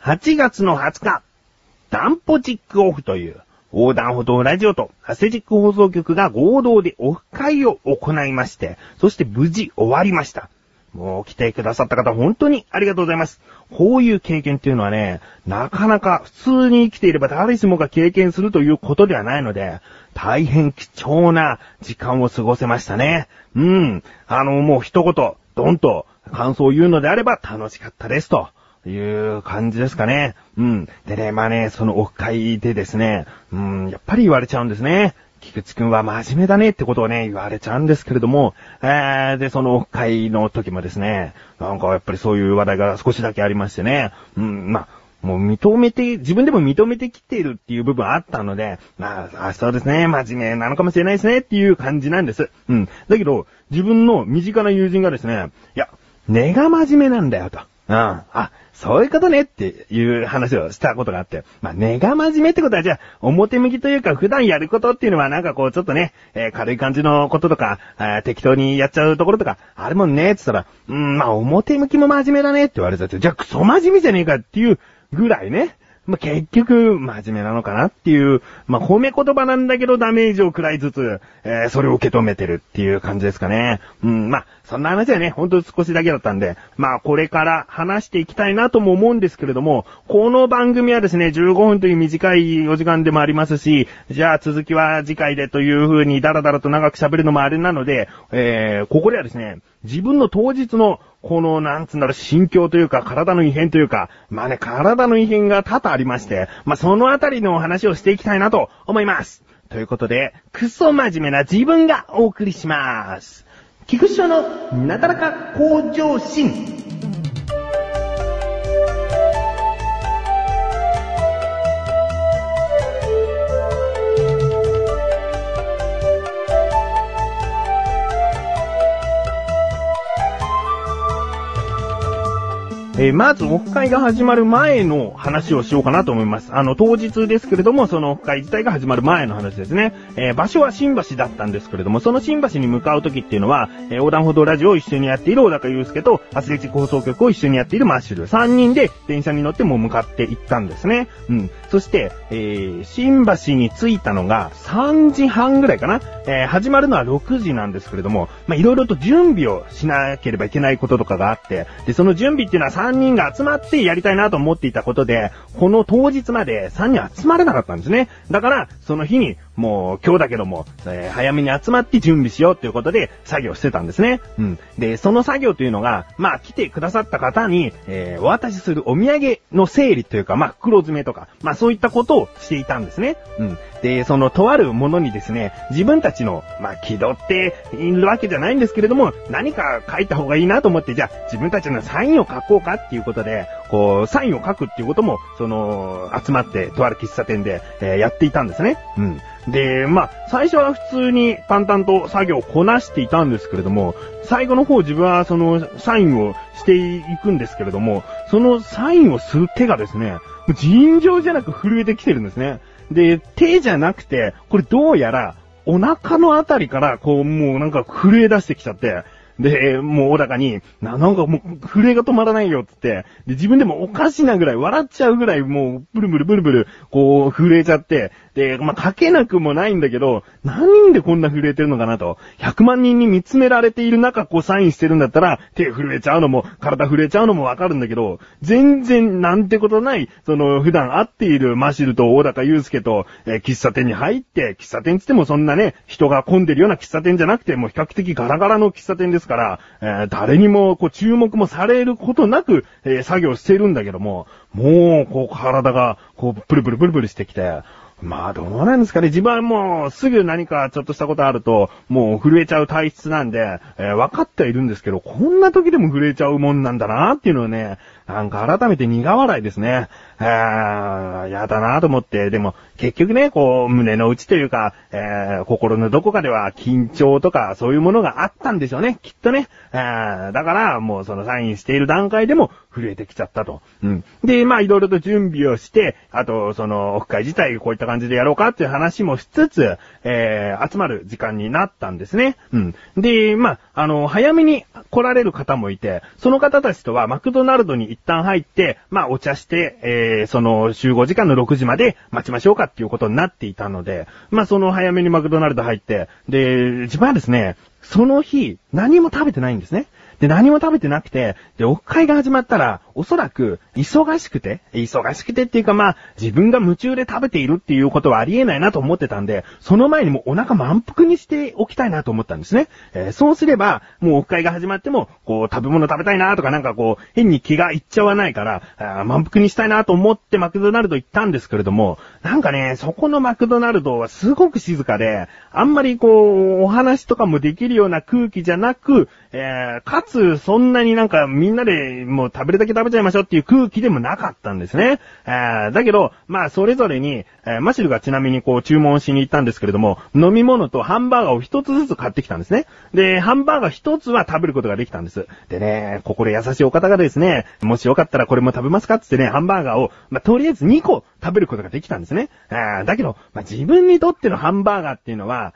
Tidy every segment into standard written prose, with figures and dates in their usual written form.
8月の20日、ダンポチックオフという横断歩道ラジオとアスレチック放送局が合同でオフ会を行いまして、そして無事終わりました。もう来てくださった方本当にありがとうございます。こういう経験っていうのはね、なかなか普通に生きていれば誰しもが経験するということではないので、大変貴重な時間を過ごせましたね。もう一言、ドンと感想を言うのであれば楽しかったですという感じですかね。でね、そのオフ会でですね、やっぱり言われちゃうんですね。菊池くんは真面目だねってことをね、言われちゃうんですけれども、で、そのオフ会の時もですね、なんかやっぱりそういう話題が少しだけありましてね、もう自分でも認めてきているっていう部分あったので、そうですね、真面目なのかもしれないですねっていう感じなんです。だけど、自分の身近な友人がですね、いや、根が真面目なんだよと。そういうことねっていう話をしたことがあって。根が真面目ってことはじゃあ、表向きというか普段やることっていうのはなんかこうちょっとね、軽い感じのこととか、適当にやっちゃうところとか、あるもんねって言ったら、表向きも真面目だねって言われちゃって、じゃあクソ真面目じゃねえかっていうぐらいね。結局、真面目なのかなっていう、褒め言葉なんだけどダメージを食らいつつ、それを受け止めてるっていう感じですかね。そんな話はね、ほんと少しだけだったんで、これから話していきたいなとも思うんですけれども、この番組はですね、15分という短いお時間でもありますし、じゃあ続きは次回でという風にダラダラと長く喋るのもあれなので、ここではですね、自分の当日のこの、心境というか、体の異変というか、体の異変が多々ありまして、そのあたりのお話をしていきたいなと思います。ということで、クソ真面目な自分がお送りします。菊池翔のなだらか向上心。まず、オフ会が始まる前の話をしようかなと思います。当日ですけれども、そのオフ会自体が始まる前の話ですね。場所は新橋だったんですけれども、その新橋に向かう時っていうのは、横断歩道ラジオを一緒にやっている小高祐介と、アスレチック放送局を一緒にやっているマッシュル。3人で電車に乗ってもう向かって行ったんですね。そして、新橋に着いたのが3時半ぐらいかな。始まるのは6時なんですけれども、いろいろと準備をしなければいけないこととかがあって、で、その準備っていうのは3人が集まってやりたいなと思っていたことで、この当日まで3人集まれなかったんですね。だから、その日に、もう今日だけども、早めに集まって準備しようということで作業してたんですね。で、その作業というのが、来てくださった方に、お渡しするお土産の整理というか、袋詰めとか、そういったことをしていたんですね。で、そのとあるものにですね、自分たちの、気取っているわけじゃないんですけれども、何か書いた方がいいなと思って、じゃあ自分たちのサインを書こうかっていうことで、サインを書くっていうことも、集まって、とある喫茶店で、やっていたんですね。で、最初は普通に淡々と作業をこなしていたんですけれども、最後の方自分はそのサインをしていくんですけれども、そのサインをする手がですね、尋常じゃなく震えてきてるんですね。で、手じゃなくて、これどうやらお腹のあたりからもう震え出してきちゃって、で、もう小高に、なんかもう震えが止まらないよって言って、で、自分でもおかしなぐらい笑っちゃうぐらいもうブルブルブルブル震えちゃって、で、書けなくもないんだけど、なんでこんな震えてるのかなと。100万人に見つめられている中サインしてるんだったら、手震えちゃうのも、体震えちゃうのもわかるんだけど、全然なんてことない、普段会っているマシルと小高祐介と、喫茶店に入って、喫茶店つってもそんなね、人が混んでるような喫茶店じゃなくて、もう比較的ガラガラの喫茶店ですから、誰にも注目もされることなく、作業してるんだけども、もう体がプルプルプルプルしてきて、どうなんですかね。自分はもうすぐ何かちょっとしたことあると、もう震えちゃう体質なんで、分かってはいるんですけど、こんな時でも震えちゃうもんなんだなっていうのはね、改めて苦笑いですね。やだなと思って、でも結局ね、胸の内というか、心のどこかでは緊張とかそういうものがあったんでしょうね、きっとね。だからもうそのサインしている段階でも震えてきちゃったと。で、いろいろと準備をして、あとそのオフ会自体こういった感じでやろうかっていう話もしつつ、集まる時間になったんですね。で、早めに来られる方もいて、その方たちとはマクドナルドに行っ一旦入って、まあお茶して、その集合時間の6時まで待ちましょうかっていうことになっていたので、まあその早めにマクドナルド入って、で、自分はですね、その日何も食べてないんですね。で、何も食べてなくて、で、オフ会が始まったら、おそらく、忙しくてっていうかまあ、自分が夢中で食べているっていうことはありえないなと思ってたんで、その前にもうお腹満腹にしておきたいなと思ったんですね。そうすれば、もうオフ会が始まっても、こう、食べ物食べたいなとかなんかこう、変に気がいっちゃわないから、満腹にしたいなと思ってマクドナルド行ったんですけれども、なんかね、そこのマクドナルドはすごく静かで、あんまりこう、お話とかもできるような空気じゃなく、かつ、そんなになんかみんなでもう食べるだけ食べちゃいましょうっていう空気でもなかったんですね。だけど、まあそれぞれに、マシルがちなみにこう注文しに行ったんですけれども、飲み物とハンバーガーを一つずつ買ってきたんですね。で、ハンバーガー一つは食べることができたんです。でね、ここで優しいお方がですね、もしよかったらこれも食べますかってってね、ハンバーガーを、まあとりあえず2個食べることができたんですね。だけど、まあ自分にとってのハンバーガーっていうのは、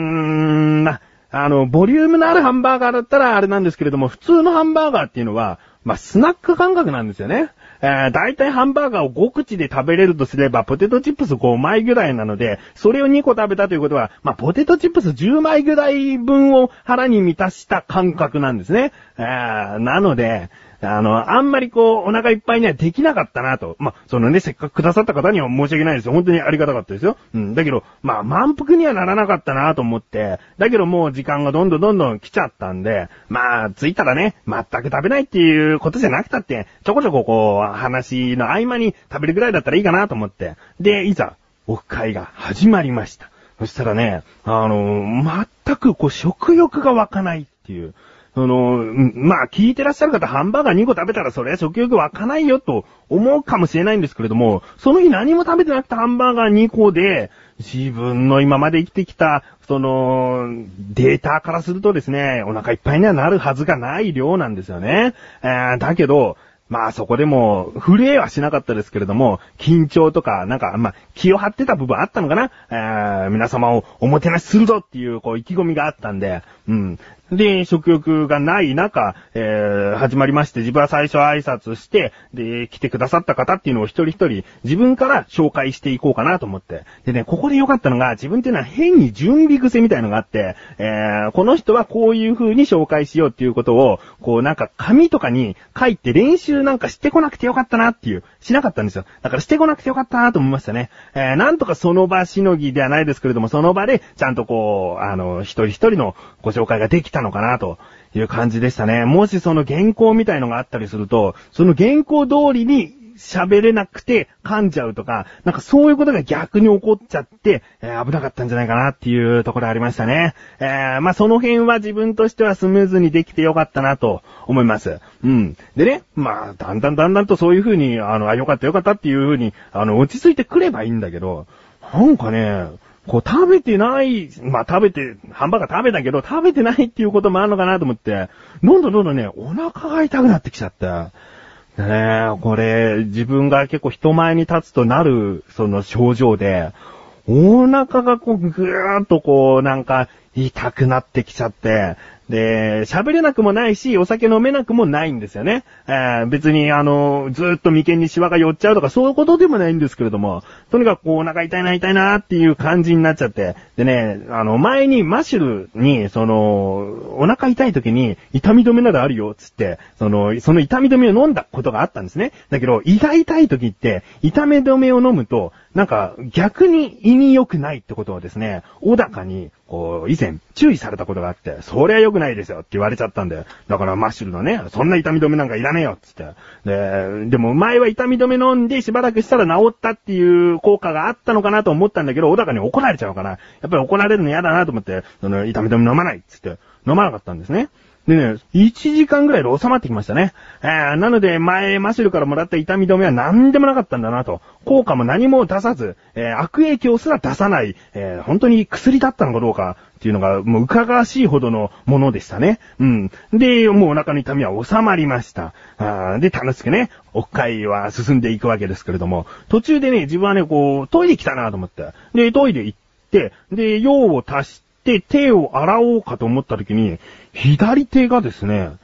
ボリュームのあるハンバーガーだったらあれなんですけれども、普通のハンバーガーっていうのは、まあ、スナック感覚なんですよね。だいたいハンバーガーを5口で食べれるとすれば、ポテトチップス5枚ぐらいなので、それを2個食べたということは、まあ、ポテトチップス10枚ぐらい分を腹に満たした感覚なんですね。なので、あんまりこう、お腹いっぱいにはできなかったなと。まあ、そのね、せっかくくださった方には申し訳ないですよ。本当にありがたかったですよ。だけど、まあ、満腹にはならなかったなと思って、だけどもう時間がどんどん来ちゃったんで、まあ、着いたらね、全く食べないっていうことじゃなくたって、ちょこちょここう、話の合間に食べるぐらいだったらいいかなと思って。で、いざ、オフ会が始まりました。そしたらね、全くこう、食欲が湧かないっていう。まあ、聞いてらっしゃる方、ハンバーガー2個食べたらそれは食欲湧かないよと思うかもしれないんですけれども、その日何も食べてなくてハンバーガー2個で、自分の今まで生きてきた、データからするとですね、お腹いっぱいにはなるはずがない量なんですよね。だけど、まあそこでも、震えはしなかったですけれども、緊張とか、なんか、まあ、気を張ってた部分あったのかな。皆様をおもてなしするぞっていう、こう、意気込みがあったんで、で、食欲がない中、始まりまして、自分は最初挨拶して、で、来てくださった方っていうのを一人一人、自分から紹介していこうかなと思って。でね、ここで良かったのが、自分っていうのは変に準備癖みたいのがあって、この人はこういう風に紹介しようっていうことを、こうなんか紙とかに書いて練習なんかしてこなくてよかったなっていう、しなかったんですよ。だからしてこなくてよかったなと思いましたね。なんとかその場しのぎではないですけれども、その場でちゃんとこう、一人一人のご紹介ができたのかなという感じでしたね。もしその原稿みたいのがあったりすると、その原稿通りに喋れなくて噛んじゃうとか、なんかそういうことが逆に起こっちゃって、危なかったんじゃないかなっていうところありましたね。まあその辺は自分としてはスムーズにできてよかったなと思います。でね、まあだんだんとそういう風に、よかったっていう風に、落ち着いてくればいいんだけど、なんかね、こう食べてない、まあハンバーガー食べたけど、食べてないっていうこともあるのかなと思って、どんどんね、お腹が痛くなってきちゃった。でね、これ、自分が結構人前に立つとなる、その症状で、お腹がこう、ぐーっとこう、なんか、痛くなってきちゃって、で、喋れなくもないし、お酒飲めなくもないんですよね。別にずーっと眉間にシワが寄っちゃうとかそういうことでもないんですけれども、とにかくこうお腹痛いなっていう感じになっちゃって、でね、前にマシュルに、お腹痛い時に痛み止めなどあるよ、つって、その痛み止めを飲んだことがあったんですね。だけど、胃が痛い時って、痛み止めを飲むと、なんか逆に胃に良くないってことをですね、小高に、こう、以前注意されたことがあって、そりゃ良くないですよって言われちゃったんで、だからマッシュルのね、そんな痛み止めなんかいらねえよっつって。でも前は痛み止め飲んでしばらくしたら治ったっていう効果があったのかなと思ったんだけど、小高に怒られちゃうから、やっぱり怒られるの嫌だなと思って、痛み止め飲まないっつって、飲まなかったんですね。でね、1時間ぐらいで収まってきましたね。なので、前、マシュルからもらった痛み止めは何でもなかったんだなと。効果も何も出さず、悪影響すら出さない、本当に薬だったのかどうかっていうのが、もう伺わしいほどのものでしたね。で、もうお腹の痛みは収まりました。で、楽しくね、オフ会は進んでいくわけですけれども、途中でね、自分はね、こう、トイレ来たなと思って。で、トイレ行って、で、用を足して、手を洗おうかと思った時に、左手がですね、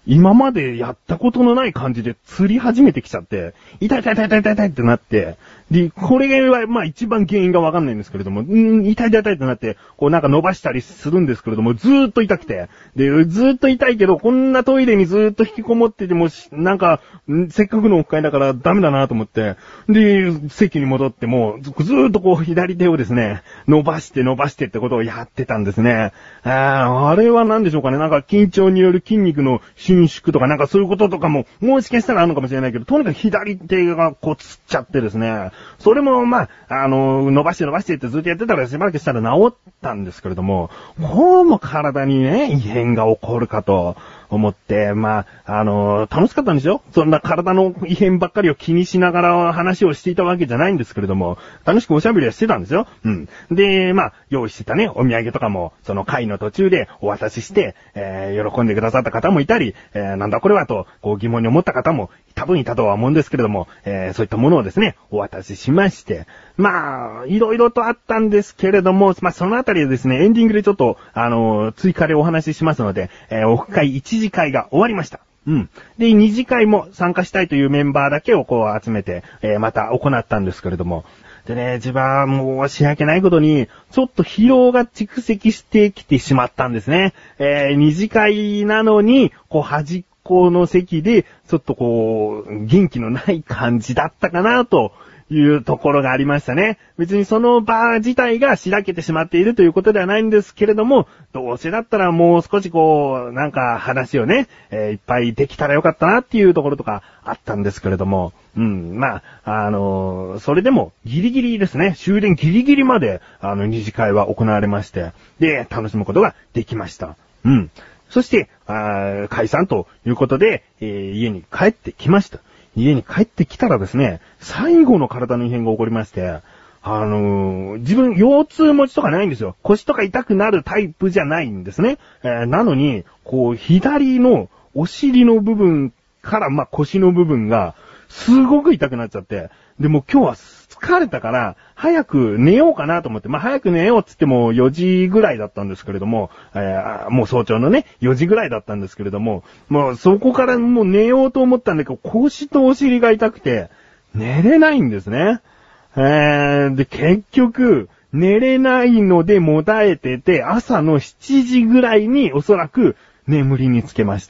今までやったことのない感じで釣り始めてきちゃって、痛いってなって、で、これはまあ一番原因がわかんないんですけれども、痛いってなって、こうなんか伸ばしたりするんですけれども、ずーっと痛くて、で、ずーっと痛いけど、こんなトイレにずーっと引きこもってても、なんか、せっかくのオフ会だからダメだなと思って、で、席に戻っても、ずーっとこう左手をですね、伸ばしてってことをやってたんですね。あれは何でしょうかね、なんか緊張による筋肉の伸縮とかなんかそういうこととかも、もしかしたらあるのかもしれないけど、とにかく左手がこうつっちゃってですね、それもまあ、伸ばしてってずっとやってたらしばらくしたら治ったんですけれども、こうも体にね、異変が起こるかと思って、まあ、楽しかったんですよ。そんな体の異変ばっかりを気にしながら話をしていたわけじゃないんですけれども、楽しくおしゃべりはしてたんですよ。うん。で、まあ、用意してたね、お土産とかも、その会の途中でお渡しして、喜んでくださった方もいたり、なんだこれはと、こう疑問に思った方も多分いたとは思うんですけれども、そういったものをですね、お渡ししまして、まあ、いろいろとあったんですけれども、まあ、そのあたりでですね、エンディングでちょっと、追加でお話ししますので、オフ会1次会が終わりました。うん。で、2次会も参加したいというメンバーだけをこう集めて、また行ったんですけれども、でね、自分は申し訳ないことに、ちょっと疲労が蓄積してきてしまったんですね。2次会なのに、こう端っこの席で、ちょっとこう、元気のない感じだったかなというところがありましたね。別にその場自体がしらけてしまっているということではないんですけれども、どうせだったらもう少しこう、なんか話をね、いっぱいできたらよかったなっていうところとかあったんですけれども、うん、まあ、それでもギリギリですね、終電ギリギリまで、二次会は行われまして、で、楽しむことができました。うん。そして、解散ということで、家に帰ってきました。家に帰ってきたらですね、最後の体の異変が起こりまして、自分腰痛持ちとかないんですよ。腰とか痛くなるタイプじゃないんですね。なのに、こう、左のお尻の部分から、まあ、腰の部分が、すごく痛くなっちゃって、でも今日は疲れたから、早く寝ようかなと思って、まあ、早く寝ようって言っても4時ぐらいだったんですけれども、もう早朝のね、4時ぐらいだったんですけれども、もうそこからもう寝ようと思ったんだけど、腰とお尻が痛くて、寝れないんですね。で、結局、寝れないのでもたえてて、朝の7時ぐらいにおそらく眠りにつけました。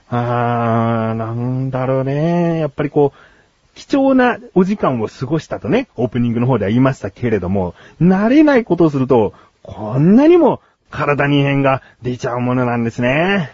なんだろうね。やっぱりこう、貴重なお時間を過ごしたとね、オープニングの方では言いましたけれども、慣れないことをすると、こんなにも体に異変が出ちゃうものなんですね。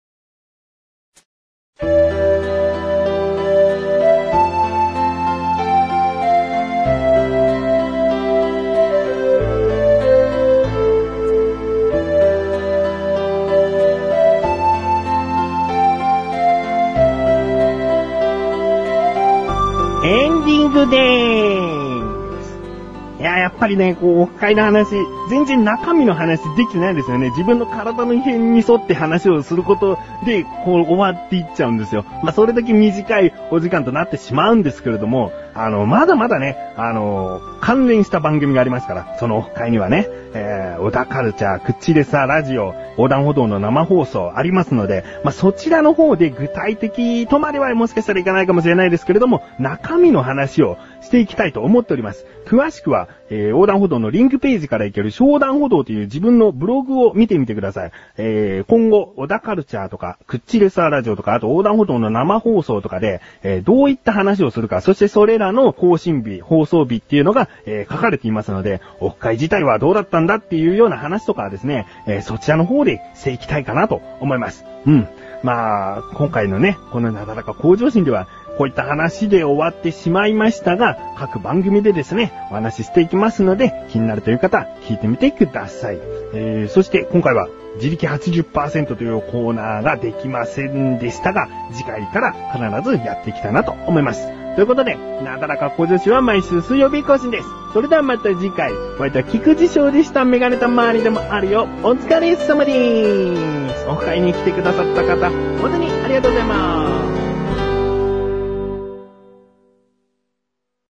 エンディングでーす。いや、やっぱりね、こう、オフ会の話、全然中身の話できてないですよね。自分の体の異変に沿って話をすることで、こう、終わっていっちゃうんですよ。まあ、それだけ短いお時間となってしまうんですけれども、まだまだね、関連した番組がありますから、そのオフ会にはね、小田カルチャー、クッチレサラジオ、横断歩道の生放送ありますので、まあ、そちらの方で具体的とまではもしかしたらいかないかもしれないですけれども、中身の話をしていきたいと思っております。詳しくは、横断歩道のリンクページから行ける横断歩道という自分のブログを見てみてください。今後、小田カルチャーとか、クッチレサラジオとか、あと横断歩道の生放送とかで、どういった話をするか、そしてそれらの更新日、放送日っていうのが、書かれていますので、オフ会自体はどうだったんだっていうような話とかはですね、そちらの方でしていきたいかなと思います。うん。まあ、今回のね、このなだらか向上心では、こういった話で終わってしまいましたが、各番組でですね、お話ししていきますので、気になるという方、聞いてみてください。そして今回は、自力 80% というコーナーができませんでしたが、次回から必ずやっていきたいなと思います。ということで、なだらか向上心は毎週水曜日更新です。それではまた次回、お相手は菊池翔でした。メガネた周りでもあるよ。お疲れ様でーす。お会いに来てくださった方、本当にありがとうございます。